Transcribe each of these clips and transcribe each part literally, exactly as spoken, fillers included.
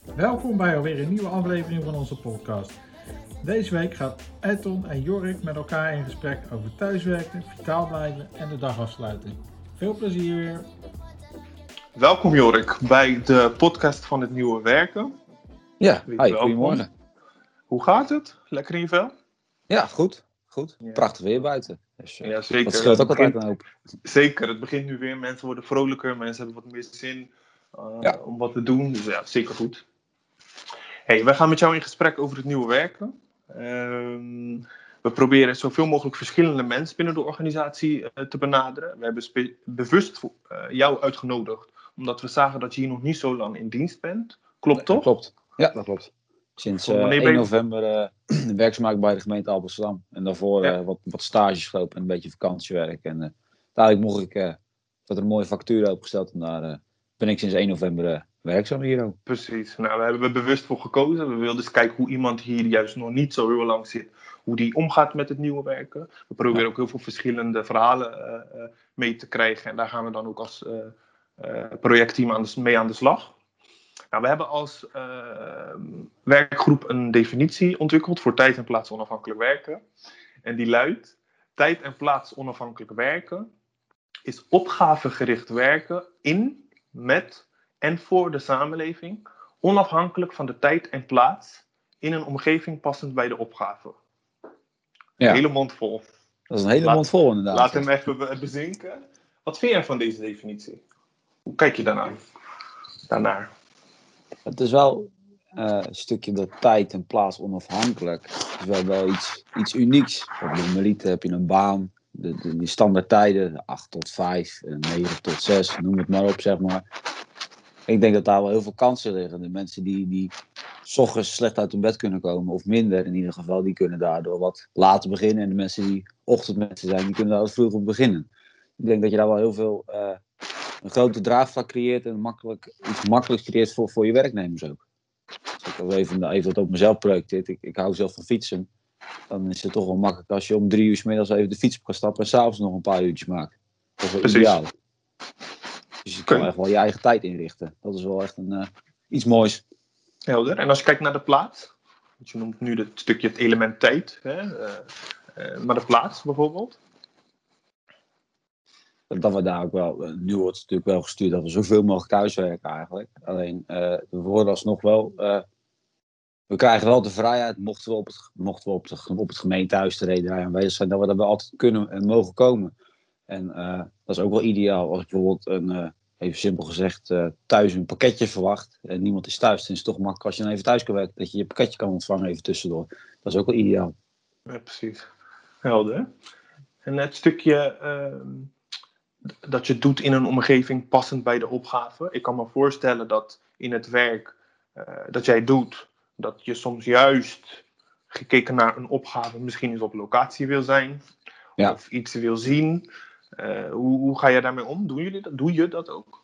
Welkom bij alweer een nieuwe aflevering van onze podcast. Deze week gaat Elton en Jorik met elkaar in gesprek over thuiswerken, vitaal blijven en de dagafsluiting. Veel plezier weer! Welkom Jorik bij de podcast van het nieuwe werken. Ja, hi, goedemorgen. Hoe gaat het? Lekker in je vel? Ja, goed. goed. Ja. Prachtig weer buiten. Dus, uh, ja, zeker. Dat scheelt ook het altijd begint, een hoop. Zeker, het begint nu weer. Mensen worden vrolijker, mensen hebben wat meer zin uh, ja. om wat te doen. Dus ja, zeker goed. Hey, wij gaan met jou in gesprek over het nieuwe werken. Uh, we proberen zoveel mogelijk verschillende mensen binnen de organisatie uh, te benaderen. We hebben spe- bewust uh, jou uitgenodigd, omdat we zagen dat je hier nog niet zo lang in dienst bent. Klopt nee, toch? Klopt. Ja, dat klopt. Sinds uh, één november uh, werkzaam bij de gemeente Alblasserdam. En daarvoor uh, ja. wat, wat stages gelopen en een beetje vakantiewerk. En uh, dadelijk mocht ik, uh, dat er een mooie factuur opgesteld. En daar uh, ben ik sinds één november uh, werkzaam hier ook. Precies. Nou, we hebben er bewust voor gekozen. We wilden dus kijken hoe iemand hier juist nog niet zo heel lang zit. Hoe die omgaat met het nieuwe werken. We proberen ja. ook heel veel verschillende verhalen uh, uh, mee te krijgen. En daar gaan we dan ook als uh, uh, projectteam aan de, mee aan de slag. Nou, we hebben als uh, werkgroep een definitie ontwikkeld voor tijd en plaats onafhankelijk werken. En die luidt: tijd en plaats onafhankelijk werken is opgavegericht werken in, met en voor de samenleving, onafhankelijk van de tijd en plaats, in een omgeving passend bij de opgave. Ja. Een hele mond vol. Dat is een hele laat, mond vol inderdaad. Laat hem even bezinken. Wat vind jij van deze definitie? Hoe kijk je daarnaar? daarnaar? Het is wel uh, een stukje dat tijd en plaats onafhankelijk. Het is wel, wel iets, iets unieks. Op de Melite heb je een baan. De, de, die standaard tijden, acht tot vijf, negen tot zes, noem het maar op, zeg maar. Ik denk dat daar wel heel veel kansen liggen. De mensen die, die 's ochtends slecht uit hun bed kunnen komen, of minder in ieder geval, die kunnen daardoor wat later beginnen. En de mensen die ochtendmensen zijn, die kunnen daar wat vroeger op beginnen. Ik denk dat je daar wel heel veel, uh, een grote draagvlak creëert en makkelijk, iets makkelijks creëert voor, voor je werknemers ook. Als ik even, even wat op mezelf projecteer, ik, ik hou zelf van fietsen. Dan is het toch wel makkelijk als je om drie uur 's middags even de fiets op kan stappen en s'avonds nog een paar uurtjes maakt. Dat is wel Precies. ideaal. Dus je kan okay. echt wel je eigen tijd inrichten. Dat is wel echt een, uh, iets moois. Helder. En als je kijkt naar de plaats. Je noemt nu het stukje het element tijd. Hè? Uh, uh, maar de plaats bijvoorbeeld. Dat we daar ook wel... Uh, nu wordt het natuurlijk wel gestuurd dat we zoveel mogelijk thuiswerken eigenlijk. Alleen, uh, we worden alsnog wel... Uh, we krijgen wel de vrijheid, mochten we op het, mochten we op, de, op het gemeentehuis de reden aanwezig zijn, dat we daar wel altijd kunnen en mogen komen. En uh, dat is ook wel ideaal. Als ik bijvoorbeeld, een, uh, even simpel gezegd, uh, thuis een pakketje verwacht en niemand is thuis, dan is het toch makkelijk als je dan even thuis kan werken, dat je je pakketje kan ontvangen even tussendoor. Dat is ook wel ideaal. Ja, precies. Helder. En het stukje uh, dat je doet in een omgeving passend bij de opgave. Ik kan me voorstellen dat in het werk uh, dat jij doet, dat je soms juist gekeken naar een opgave misschien eens op locatie wil zijn. Ja. Of iets wil zien. Uh, hoe, hoe ga je daarmee om? Doen jullie dat? Doe je dat ook?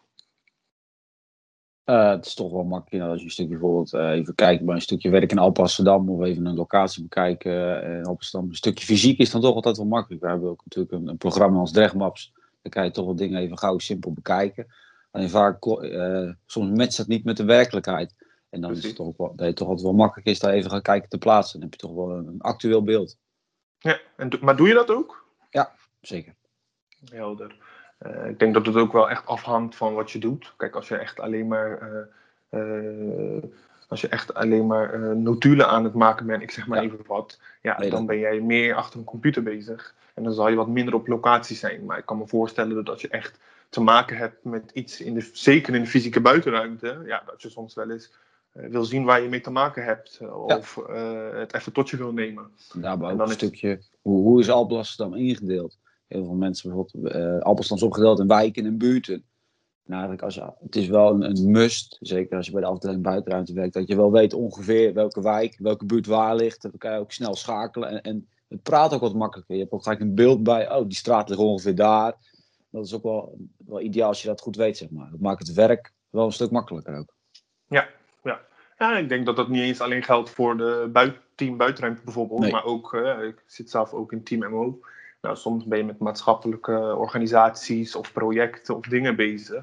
Uh, het is toch wel makkelijk als je een stukje bijvoorbeeld uh, even kijkt bij een stukje werk in Alblasserdam of even een locatie bekijken uh, in Alblasserdam. Een stukje fysiek is dan toch altijd wel makkelijk. We hebben ook natuurlijk een, een programma als Dregmaps. Dan kan je toch wel dingen even gauw simpel bekijken. Alleen vaak, uh, soms matcht dat niet met de werkelijkheid. En dan Precies. is het toch wel, dat het toch altijd wel makkelijk is daar even gaan kijken te plaatsen. Dan heb je toch wel een, een actueel beeld. Ja, en do- maar doe je dat ook? Ja, zeker. Helder. Uh, ik denk dat het ook wel echt afhangt van wat je doet. Kijk, als je echt alleen maar, uh, uh, als je echt alleen maar uh, notulen aan het maken bent, ik zeg maar ja. even wat, ja, nee, dan dat... ben jij meer achter een computer bezig. En dan zal je wat minder op locatie zijn. Maar ik kan me voorstellen dat als je echt te maken hebt met iets, in de, zeker in de fysieke buitenruimte, ja, dat je soms wel eens uh, wil zien waar je mee te maken hebt. Uh, of uh, het even tot je wil nemen. Daar maar ook een is... stukje, hoe, hoe is Alblasserdam ingedeeld? Heel veel mensen bijvoorbeeld, uh, Alblasserdam is opgedeeld in wijken en buurten. Nou, eigenlijk als je, het is wel een, een must, zeker als je bij de afdeling buitenruimte werkt, dat je wel weet ongeveer welke wijk, welke buurt waar ligt. Dan kan je ook snel schakelen en, en het praat ook wat makkelijker. Je hebt ook gelijk een beeld bij, oh, die straat ligt ongeveer daar. Dat is ook wel, wel ideaal als je dat goed weet, zeg maar. Dat maakt het werk wel een stuk makkelijker ook. Ja, ja. Ja, ik denk dat dat niet eens alleen geldt voor de buit, team buitenruimte bijvoorbeeld, nee. maar ook, uh, ik zit zelf ook in team M O. Nou, soms ben je met maatschappelijke organisaties of projecten of dingen bezig.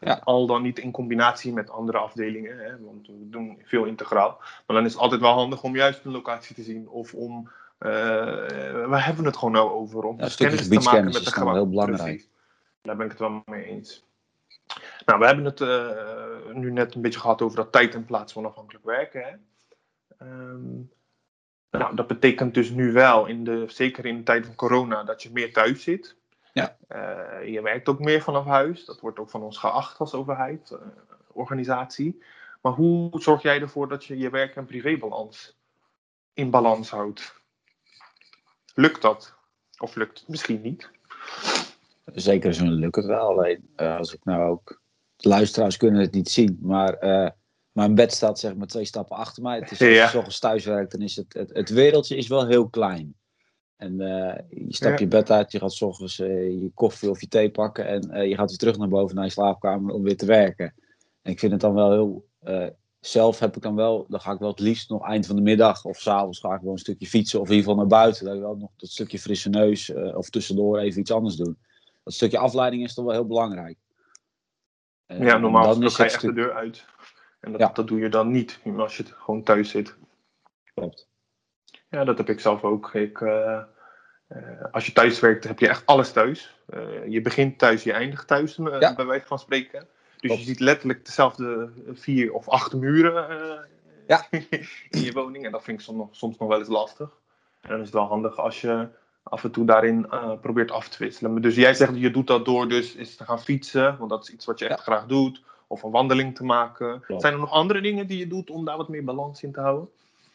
Ja. Al dan niet in combinatie met andere afdelingen, hè, want we doen veel integraal. Maar dan is het altijd wel handig om juist een locatie te zien of om, uh, waar hebben we het gewoon nou over? Om Ja, een stukje kennis te maken gebiedskennis met is de dan gebouw. wel heel belangrijk. Precies. Daar ben ik het wel mee eens. Nou, we hebben het uh, nu net een beetje gehad over dat tijd en plaats onafhankelijk werken. Hè. Um, nou, dat betekent dus nu wel, in de, zeker in de tijd van corona, dat je meer thuis zit. Ja. Uh, je werkt ook meer vanaf huis. Dat wordt ook van ons geacht als overheid, uh, organisatie. Maar hoe zorg jij ervoor dat je je werk- en privébalans in balans houdt? Lukt dat? Of lukt het misschien niet? Zeker zo lukt het wel. Alleen uh, als ik nou ook... De luisteraars kunnen het niet zien, maar uh, mijn bed staat zeg maar twee stappen achter mij. Het is als Ja. je 's ochtends thuis werkt, dan is het, het... Het wereldje is wel heel klein. En uh, je stapt Ja. je bed uit, je gaat 's ochtends uh, je koffie of je thee pakken en uh, je gaat weer terug naar boven naar je slaapkamer om weer te werken. En ik vind het dan wel heel... Uh, zelf heb ik dan wel, dan ga ik wel het liefst nog eind van de middag of 's avonds ga ik wel een stukje fietsen of in ieder geval naar buiten. Dat ik wel nog dat stukje frisse neus uh, of tussendoor even iets anders doen. Dat stukje afleiding is toch wel heel belangrijk. Uh, Ja, normaal dan dan is ga je het echt stuk... de deur uit. En dat, Ja. dat doe je dan niet als je gewoon thuis zit. Klopt. Ja, dat heb ik zelf ook. Ik, uh, uh, als je thuis werkt, heb je echt alles thuis. Uh, je begint thuis, je eindigt thuis, uh, Ja. bij wijze van spreken. Dus Klopt. je ziet letterlijk dezelfde vier of acht muren uh, Ja. in je woning. En dat vind ik soms nog, soms nog wel eens lastig. En dan is het wel handig als je af en toe daarin uh, probeert af te wisselen. Maar dus jij zegt, je doet dat door dus is te gaan fietsen. Want dat is iets wat je echt Ja. graag doet. Of een wandeling te maken. Klopt. Zijn er nog andere dingen die je doet om daar wat meer balans in te houden?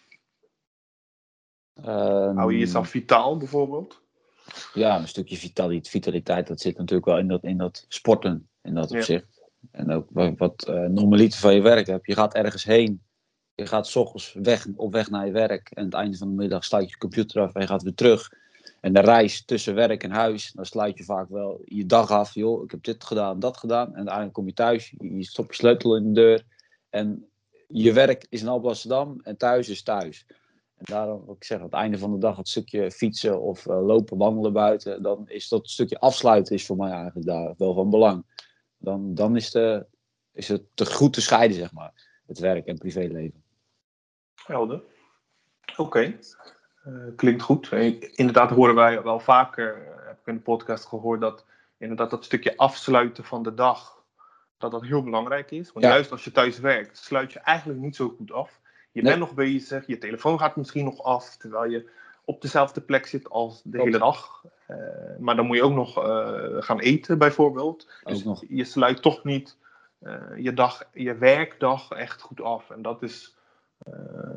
Um, Hou je jezelf vitaal bijvoorbeeld? Ja, een stukje vitaliteit, vitaliteit, dat zit natuurlijk wel in dat, in dat sporten, in dat opzicht. Ja. En ook wat, wat uh, normaliter van je werk hebt. Je gaat ergens heen, je gaat 's ochtends weg, op weg naar je werk. En aan het einde van de middag sluit je je computer af en je gaat weer terug. En de reis tussen werk en huis, dan sluit je vaak wel je dag af. Joh, ik heb dit gedaan, dat gedaan. En uiteindelijk kom je thuis, je stopt je sleutel in de deur. En je werk is in Alblasserdam en thuis is thuis. En daarom, wat ik zeg, aan het einde van de dag het stukje fietsen of uh, lopen, wandelen buiten, dan is dat stukje afsluiten is voor mij eigenlijk daar wel van belang. Dan, dan is, de, is het te goed te scheiden, zeg maar, het werk en privéleven. Helder. Oké. Okay. Uh, klinkt goed. Inderdaad horen wij wel vaker, uh, heb ik in de podcast gehoord, dat inderdaad dat stukje afsluiten van de dag, dat dat heel belangrijk is. Want ja. Juist als je thuis werkt, sluit je eigenlijk niet zo goed af. Je nee. bent nog bezig, je telefoon gaat misschien nog af, terwijl je op dezelfde plek zit als de Klopt. hele dag. Uh, maar dan moet je ook nog uh, gaan eten bijvoorbeeld. Ook dus nog. Je sluit toch niet uh, je, dag, je werkdag echt goed af. En dat is, uh,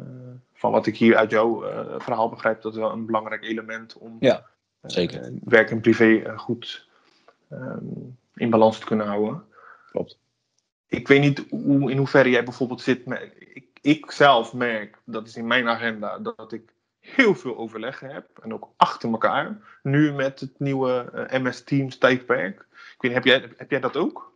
van wat ik hier uit jouw uh, verhaal begrijp, dat is wel een belangrijk element om ja, zeker. Uh, werk en privé uh, goed uh, in balans te kunnen houden. Klopt. Ik weet niet hoe, in hoeverre jij bijvoorbeeld zit met... Ik, ik zelf merk, dat is in mijn agenda, dat ik heel veel overleggen heb. En ook achter elkaar. Nu met het nieuwe uh, M S Teams tijdperk. Ik weet niet, heb jij, heb jij dat ook?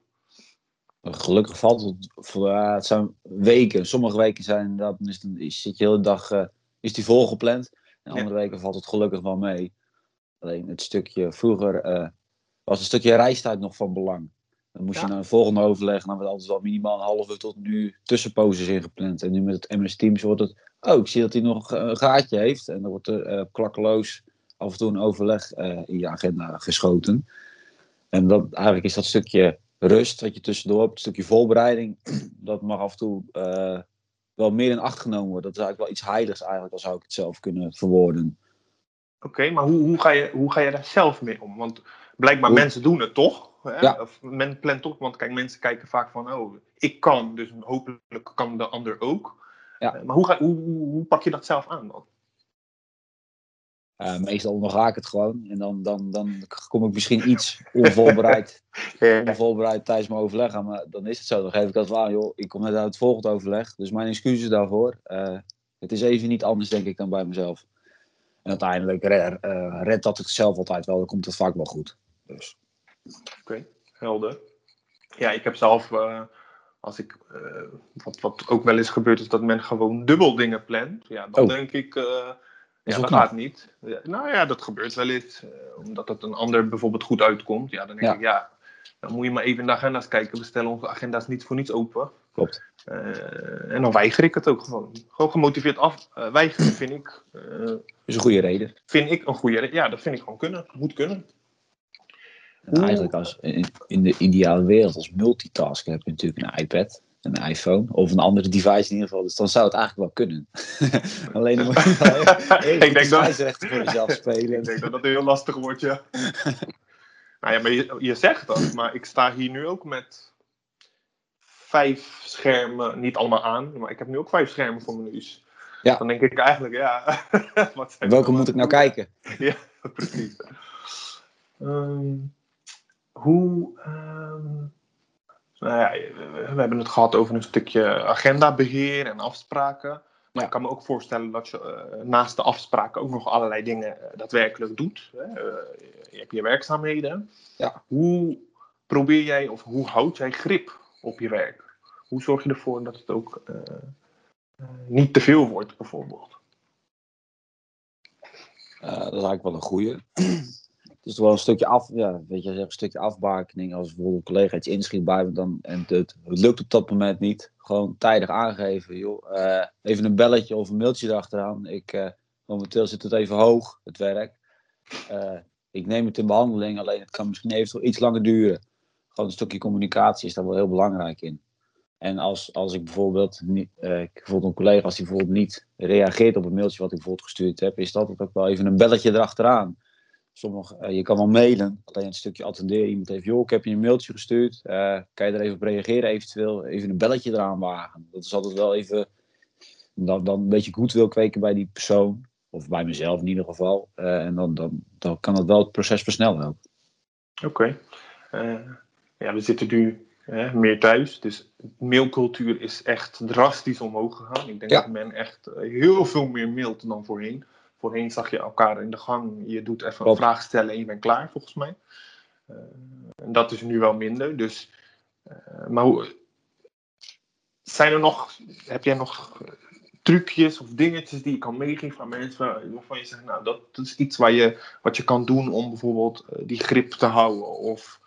Gelukkig valt het... Uh, het zijn weken. Sommige weken zijn dat... Dan is, dan zit je de hele dag... Uh, is die volgepland. En andere ja. weken valt het gelukkig wel mee. Alleen het stukje... Vroeger uh, was een stukje reistijd nog van belang. Dan moest ja. je naar een volgende overleg. En dan werd altijd wel minimaal een half uur tot nu tussenposes ingepland. En nu met het M S Teams wordt het... Oh, ik zie dat hij nog een gaatje heeft. En dan wordt er uh, klakkeloos af en toe een overleg uh, in je agenda geschoten. En dat, eigenlijk is dat stukje rust wat je tussendoor hebt. Een stukje voorbereiding. Dat mag af en toe uh, wel meer in acht genomen worden. Dat is eigenlijk wel iets heiligs eigenlijk. Al zou ik het zelf kunnen verwoorden. Oké, okay, maar hoe, hoe, ga je, hoe ga je daar zelf mee om? Want blijkbaar hoe? mensen doen het toch? Hè? Ja. Of men plant toch, want kijk, mensen kijken vaak van, oh, ik kan, dus hopelijk kan de ander ook. Ja. Uh, maar hoe, ga, hoe, hoe, hoe pak je dat zelf aan dan? Uh, meestal onderga ik het gewoon. En dan, dan, dan kom ik misschien iets onvoorbereid, ja. onvoorbereid tijdens mijn overleg aan. Maar dan is het zo. Dan geef ik dat wel aan, joh, ik kom net uit het volgende overleg. Dus mijn excuses daarvoor. Uh, het is even niet anders, denk ik, dan bij mezelf. En uiteindelijk red, uh, red dat het zelf altijd wel. Dan komt het vaak wel goed. Dus. Oké, okay, helder. Ja, ik heb zelf, uh, als ik, uh, wat, wat ook wel eens gebeurt, is dat men gewoon dubbel dingen plant. Ja, dan oh. denk ik, uh, ja, dat, dat gaat niet. Ja, nou ja, dat gebeurt wel eens. Uh, omdat het een ander bijvoorbeeld goed uitkomt. Ja, dan denk ja. ik, ja, Dan moet je maar even in de agenda's kijken. We stellen onze agenda's niet voor niets open. Klopt. Uh, en dan weiger ik het ook gewoon. Gewoon gemotiveerd af. Uh, weigeren vind ik... Uh, dat is een goede reden. Vind ik een goede reden. Ja, dat vind ik gewoon kunnen. Moet kunnen. En eigenlijk als, in, in de ideale wereld als multitasker heb je natuurlijk een iPad, een iPhone of een andere device in ieder geval. Dus dan zou het eigenlijk wel kunnen. Alleen dan moet je wel heel, heel de scheidsrechter voor jezelf spelen. Ik denk dat dat heel lastig wordt, ja. Nou ja, maar je, je zegt dat, maar ik sta hier nu ook met vijf schermen, niet allemaal aan, maar ik heb nu ook vijf schermen voor mijn neus. Ja. Dan denk ik eigenlijk, ja... wat welke moet ik nou doen? Kijken? Ja, precies. Um, hoe... Um, nou ja, we hebben het gehad over een stukje agendabeheer en afspraken. Maar ja. Ik kan me ook voorstellen dat je uh, naast de afspraken ook nog allerlei dingen uh, daadwerkelijk doet. Hè? Uh, je hebt je werkzaamheden. Ja. Hoe probeer jij of hoe houd jij grip op je werk? Hoe zorg je ervoor dat het ook uh, uh, niet te veel wordt, bijvoorbeeld? Uh, dat is eigenlijk wel een goeie. Het is wel een stukje af, ja, weet je, een stukje afbakening. Als bijvoorbeeld een collega iets inschiet bij me dan, en het, het lukt op dat moment niet. Gewoon tijdig aangeven, joh. Uh, even een belletje of een mailtje erachteraan. Ik, uh, momenteel zit het even hoog, het werk. Uh, ik neem het in behandeling, alleen het kan misschien eventueel iets langer duren. Gewoon een stukje communicatie is daar wel heel belangrijk in. En als, als ik bijvoorbeeld, niet, uh, ik, bijvoorbeeld een collega, als die bijvoorbeeld niet reageert op het mailtje wat ik bijvoorbeeld gestuurd heb, is dat ook wel even een belletje erachteraan. Sommige, uh, je kan wel mailen, alleen een stukje attenderen. Iemand heeft, joh, ik heb je een mailtje gestuurd. Uh, kan je er even op reageren eventueel? Even een belletje eraan wagen. Dat is altijd wel even, dan, dan een beetje goed wil kweken bij die persoon. Of bij mezelf in ieder geval. Uh, en dan, dan, dan kan het wel het proces versnellen ook. Oké. Okay. Uh, ja, we zitten nu uh, meer thuis. Dus mailcultuur is echt drastisch omhoog gegaan. Ik denk ja. dat men echt uh, heel veel meer mailt dan voorheen. Voorheen zag je elkaar in de gang. Je doet even een Op. vraag stellen en je bent klaar, volgens mij. Uh, en dat is nu wel minder. Dus, uh, maar hoe, zijn er nog, heb jij nog trucjes of dingetjes die je kan meegeven aan mensen waarvan je zegt, nou, dat is iets waar je, wat je kan doen om bijvoorbeeld uh, die grip te houden? Of,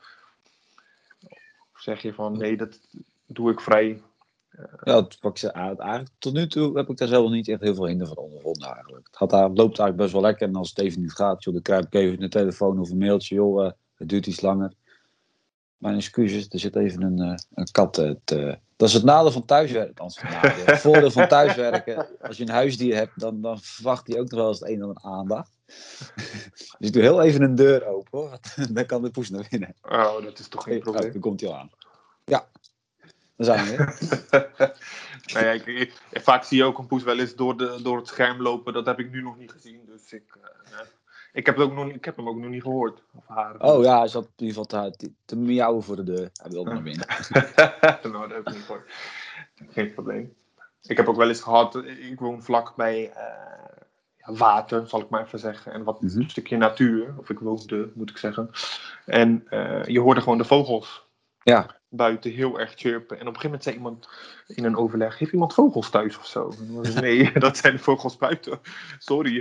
of zeg je van, nee, dat doe ik vrij... Uh, ja, het, wat ik zei, eigenlijk, tot nu toe heb ik daar zelf niet echt heel veel hinder van ondervonden eigenlijk. Het, gaat, het loopt eigenlijk best wel lekker en als het even niet gaat, joh, dan krijg ik even een telefoon of een mailtje, joh, uh, het duurt iets langer. Mijn excuses, er zit even een, uh, een kat uh, te... Dat is het nadeel van thuiswerken. Het voordeel van thuiswerken, als je een huisdier hebt, dan, dan verwacht hij ook nog wel eens het een en ander aandacht. Dus ik doe heel even een deur open, hoor. Dan kan de poes naar binnen. Oh, dat is toch geen probleem. Oh, dan komt hij al aan. Ja. Dan zijn we nou ja, ik, ik, vaak zie je ook een poes wel eens door, de, door het scherm lopen. Dat heb ik nu nog niet gezien. Dus ik, uh, ja. ik, heb, het ook nog, ik heb hem ook nog niet gehoord. Of haar. Oh ja, hij zat in ieder geval te, te miauwen voor de deur. Hij wilde naar binnen. nou, dat heb ik niet gehoord. Geen probleem. Ik heb ook wel eens gehad, ik woon vlak bij uh, water, zal ik maar even zeggen. En wat mm-hmm. een stukje natuur. Of ik woonde, moet ik zeggen. En uh, je hoorde gewoon de vogels. Ja. Buiten heel erg chirpen. En op een gegeven moment zei iemand in een overleg, heeft iemand vogels thuis of zo? Nee, dat zijn de vogels buiten. Sorry.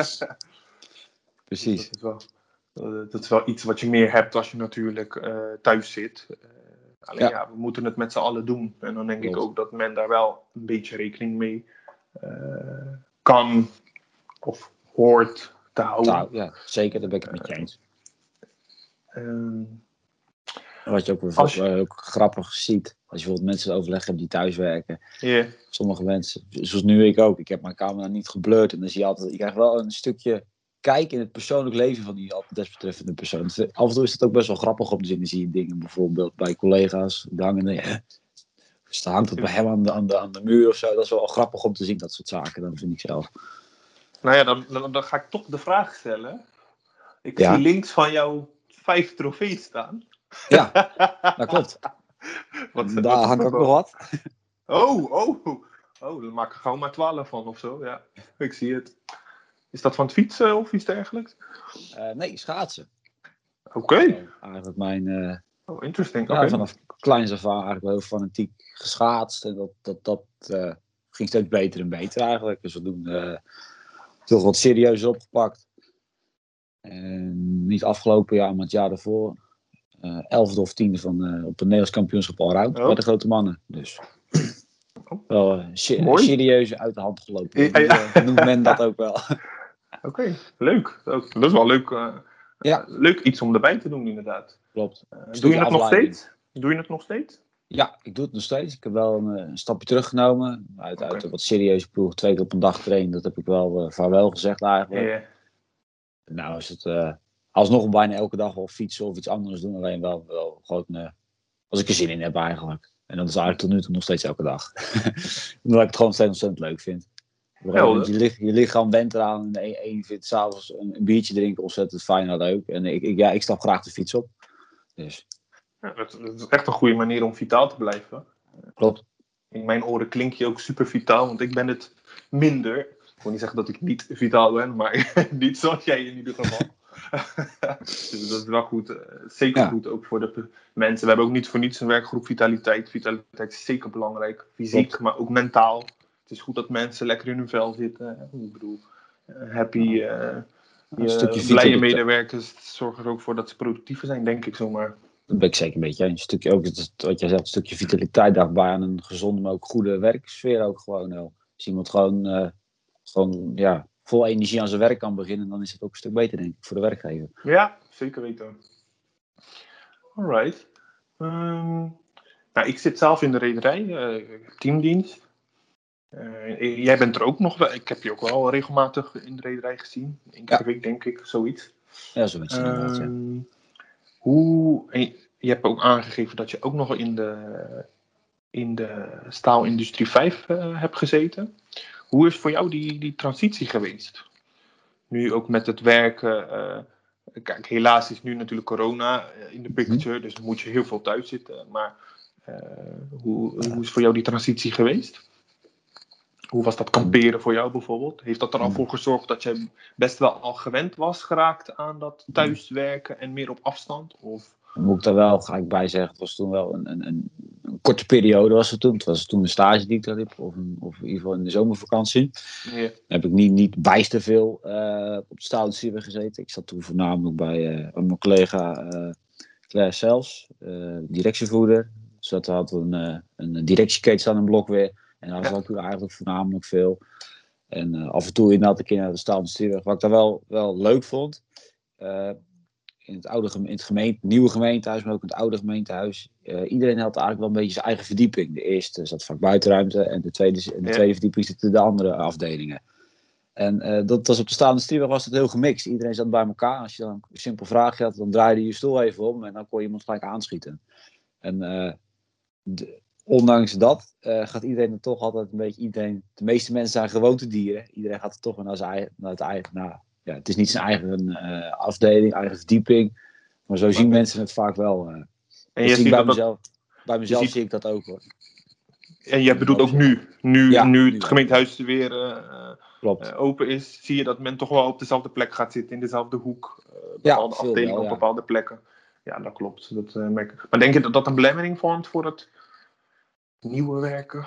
Precies. Dus dat, is wel, uh, dat is wel iets wat je meer hebt als je natuurlijk uh, thuis zit. Uh, alleen ja. ja, we moeten het met z'n allen doen. En dan denk Klopt. ik ook dat men daar wel een beetje rekening mee uh, kan of hoort te houden. Nou, ja, zeker, daar ben ik het met je eens. Uh, uh, Wat je ook, bijvoorbeeld, je... ook grappig ziet, als je bijvoorbeeld mensen overleg hebt die thuiswerken. Yeah. Sommige mensen, zoals nu ik ook, ik heb mijn camera niet geblurred. En dan zie je altijd, je krijgt wel een stukje kijk in het persoonlijk leven van die desbetreffende persoon. Dus af en toe is het ook best wel grappig om te zien. Dan zie je dingen bijvoorbeeld bij collega's, de hangende, ja, dus dan hangt het bij hem aan de, aan, de, aan de muur of zo. Dat is wel grappig om te zien, dat soort zaken, dat vind ik zelf. Nou ja, dan, dan, dan ga ik toch de vraag stellen. Ik ja? zie links van jou vijf trofeeën staan. Ja, dat klopt. wat, daar wat hangt ook nog wat. Oh, oh, oh, dan maak ik er gewoon maar twaalf van of zo. Ja, ik zie het. Is dat van het fietsen of iets dergelijks? Uh, nee, schaatsen. Oké. Okay. Eigenlijk mijn... Uh, oh, interesting. Ja, okay. Vanaf kleins af aan eigenlijk wel heel fanatiek geschaatst. En dat, dat, dat uh, ging steeds beter en beter eigenlijk. Dus we doen uh, toch wat serieuzer opgepakt. En niet afgelopen jaar, maar het jaar daarvoor. uh, elfde of tiende van, uh, op het Nederlands kampioenschap allround oh. bij de grote mannen. Dus oh. wel uh, se- serieus uit de hand gelopen. Ja, ja. Uh, noemt men dat ook wel. Oké, okay, leuk. Dat is wel leuk, uh, ja. uh, leuk iets om erbij te doen inderdaad. Klopt. Uh, doe je het nog steeds? Doe je het nog steeds? Ja, ik doe het nog steeds. Ik heb wel een, een stapje teruggenomen. Uit, okay. uit een wat serieuze ploeg, twee keer op een dag trainen. Dat heb ik wel uh, vaarwel gezegd eigenlijk. Yeah. Nou is het uh, alsnog bijna elke dag wel fietsen of iets anders doen. Alleen wel, wel gewoon uh, als ik er zin in heb eigenlijk. En dat is eigenlijk tot nu toe nog steeds elke dag. Omdat ik het gewoon steeds ontzettend leuk vind. Ja, je, lich, je lichaam went eraan en de een vindt s'avonds een, een biertje drinken ontzettend fijn en leuk. En ik, ik, ja, ik stap graag de fiets op. Dus... Ja, dat, dat is echt een goede manier om vitaal te blijven. Klopt. In mijn oren klink je ook super vitaal, want ik ben het minder. Ik wil niet zeggen dat ik niet vitaal ben, maar niet zoals jij in ieder geval. Dus dat is wel goed. Zeker ja. goed ook voor de mensen. We hebben ook niet voor niets een werkgroep Vitaliteit. Vitaliteit is zeker belangrijk. Fysiek, Klopt. Maar ook mentaal. Het is goed dat mensen lekker in hun vel zitten. Ik bedoel, happy, uh, je blije medewerkers zorgen er ook voor dat ze productiever zijn, denk ik zomaar. Dat ben ik zeker een beetje. Een stukje ook, wat jij zegt, een stukje vitaliteit daarbij aan een gezonde, maar ook goede werksfeer ook gewoon. Nou. Als iemand gewoon, uh, gewoon ja, vol energie aan zijn werk kan beginnen, dan is het ook een stuk beter, denk ik, voor de werkgever. Ja, zeker weten. Alright. Um, nou, ik zit zelf in de rederij, uh, teamdienst. Uh, jij bent er ook nog wel. Ik heb je ook wel regelmatig in de rederij gezien. Eén keer per week, denk ik, zoiets. Ja, zoiets inderdaad, ja. Um, Hoe, je hebt ook aangegeven dat je ook nog in de, in de staalindustrie vijf uh, hebt gezeten. Hoe is voor jou die, die transitie geweest? Nu ook met het werken. Uh, kijk, helaas is nu natuurlijk corona in de picture, dus dan moet je heel veel thuis zitten. Maar uh, hoe, hoe is voor jou die transitie geweest? Hoe was dat kamperen voor jou bijvoorbeeld? Heeft dat er al voor gezorgd dat je best wel al gewend was geraakt aan dat thuiswerken en meer op afstand? Of? Moet ik daar wel gelijk bij zeggen, het was toen wel een, een, een, een korte periode was het toen. Het was toen een stage die ik daar heb, of, een, of in ieder geval in de zomervakantie. Yeah. Dan heb ik niet, niet bijster veel uh, op de staalindustrie gezeten. Ik zat toen voornamelijk bij uh, mijn collega uh, Claire Sels, uh, directievoerder. Dus dat hadden we een, uh, een directieketen aan een blok weer. En daar zat ik eigenlijk voornamelijk veel. En uh, af en toe inderdaad een keer naar de staalbestuur. Wat ik daar wel, wel leuk vond. Uh, in het, oude, in het gemeente, nieuwe gemeentehuis, maar ook in het oude gemeentehuis. Uh, iedereen had eigenlijk wel een beetje zijn eigen verdieping. De eerste zat vaak buitenruimte. En de tweede, de tweede ja. verdieping zitten de andere afdelingen. En uh, dat was op de staande stuurweg was het heel gemixt. Iedereen zat bij elkaar. Als je dan een simpel vraagje had, dan draaide je je stoel even om. En dan kon je iemand gelijk aanschieten. En... Uh, de, Ondanks dat uh, gaat iedereen er toch altijd een beetje... Iedereen, de meeste mensen zijn gewoontedieren. Iedereen gaat er toch naar zijn eigen... Naar het, eigen nou, ja, het is niet zijn eigen uh, afdeling, eigen verdieping. Maar zo maar zien mensen het vaak wel. Uh, en je ziet bij, dat mezelf, dat, bij mezelf ziet, zie ik dat ook hoor. En je bedoelt ook nu. Nu, ja, nu het gemeentehuis weer uh, uh, open is. Zie je dat men toch wel op dezelfde plek gaat zitten. In dezelfde hoek. Uh, bepaalde ja, afdelingen wel, ja. op bepaalde plekken. Ja, dat klopt. Dat, uh, merk ik. Maar denk je dat dat een belemmering vormt voor het... nieuwe werken?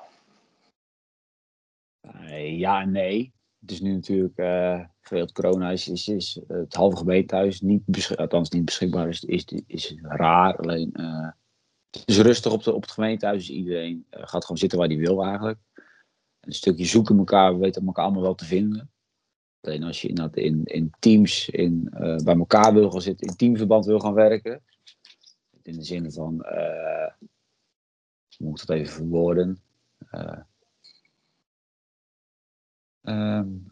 Uh, ja en nee. Het is nu natuurlijk, uh, vanwege corona is, is, is uh, het halve gemeentehuis niet, besch- althans niet beschikbaar, is, is, is raar. Alleen, uh, het is rustig op, de, op het gemeentehuis. Dus iedereen uh, gaat gewoon zitten waar hij wil eigenlijk. Een stukje zoeken elkaar, we weten elkaar allemaal wel te vinden. Alleen als je in, in, in teams in, uh, bij elkaar wil gaan zitten, in teamverband wil gaan werken. In de zin van... Uh, moet ik dat even verwoorden. Uh, um,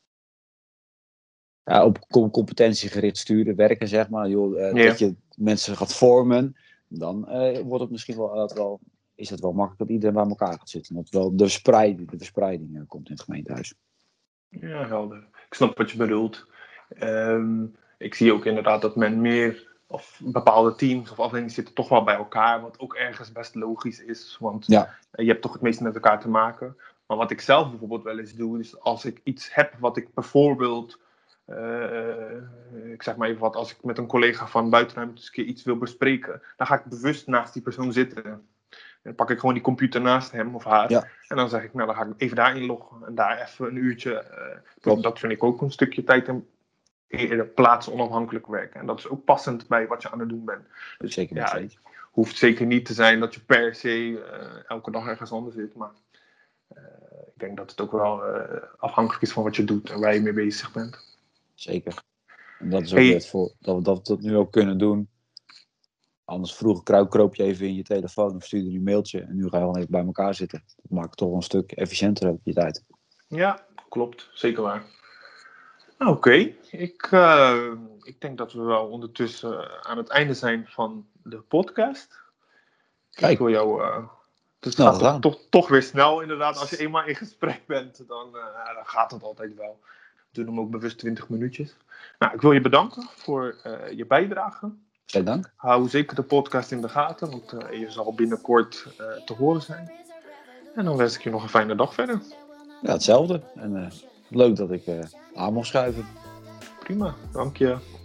ja, op competentiegericht sturen, werken, zeg maar. Joh, uh, yeah. Dat je mensen gaat vormen. Dan uh, wordt het misschien wel, uh, wel, is het wel makkelijk dat iedereen bij elkaar gaat zitten. Dat wel de verspreiding, de verspreiding uh, komt in het gemeentehuis. Ja, helder. Ik snap wat je bedoelt. Um, ik zie ook inderdaad dat men meer... of bepaalde teams of afdelingen zitten toch wel bij elkaar, wat ook ergens best logisch is, want ja. je hebt toch het meeste met elkaar te maken. Maar wat ik zelf bijvoorbeeld wel eens doe, is als ik iets heb wat ik bijvoorbeeld, uh, ik zeg maar even wat, als ik met een collega van buitenruimte eens een keer iets wil bespreken, dan ga ik bewust naast die persoon zitten. Dan pak ik gewoon die computer naast hem of haar. Ja. En dan zeg ik, nou dan ga ik even daarin loggen en daar even een uurtje. Uh, dat vind ik ook een stukje tijd en eerder plaatsonafhankelijk werken. En dat is ook passend bij wat je aan het doen bent. Dus Zeker ja, met het hoeft zeker niet te zijn dat je per se uh, elke dag ergens anders zit. Maar uh, ik denk dat het ook wel uh, afhankelijk is van wat je doet en waar je mee bezig bent. Zeker. En dat is ook Hey. het voor, dat, we, dat we dat nu ook kunnen doen. Anders vroeger kroop, kroop je even in je telefoon of stuurde je een mailtje. En nu ga je gewoon even bij elkaar zitten. Dat maakt het toch een stuk efficiënter op je tijd. Ja, klopt. Zeker waar. Oké, okay. ik, uh, ik denk dat we wel ondertussen aan het einde zijn van de podcast. Kijk. Ik wil jou... Uh, het snel gaat toch, toch, toch weer snel inderdaad. Als je eenmaal in gesprek bent, dan, uh, dan gaat het altijd wel. We doen hem ook bewust twintig minuutjes. Nou, ik wil je bedanken voor uh, je bijdrage. Geen dank. Hou zeker de podcast in de gaten, want uh, je zal binnenkort uh, te horen zijn. En dan wens ik je nog een fijne dag verder. Ja, hetzelfde. En uh, leuk dat ik uh, aan mocht schuiven. Prima, dank je.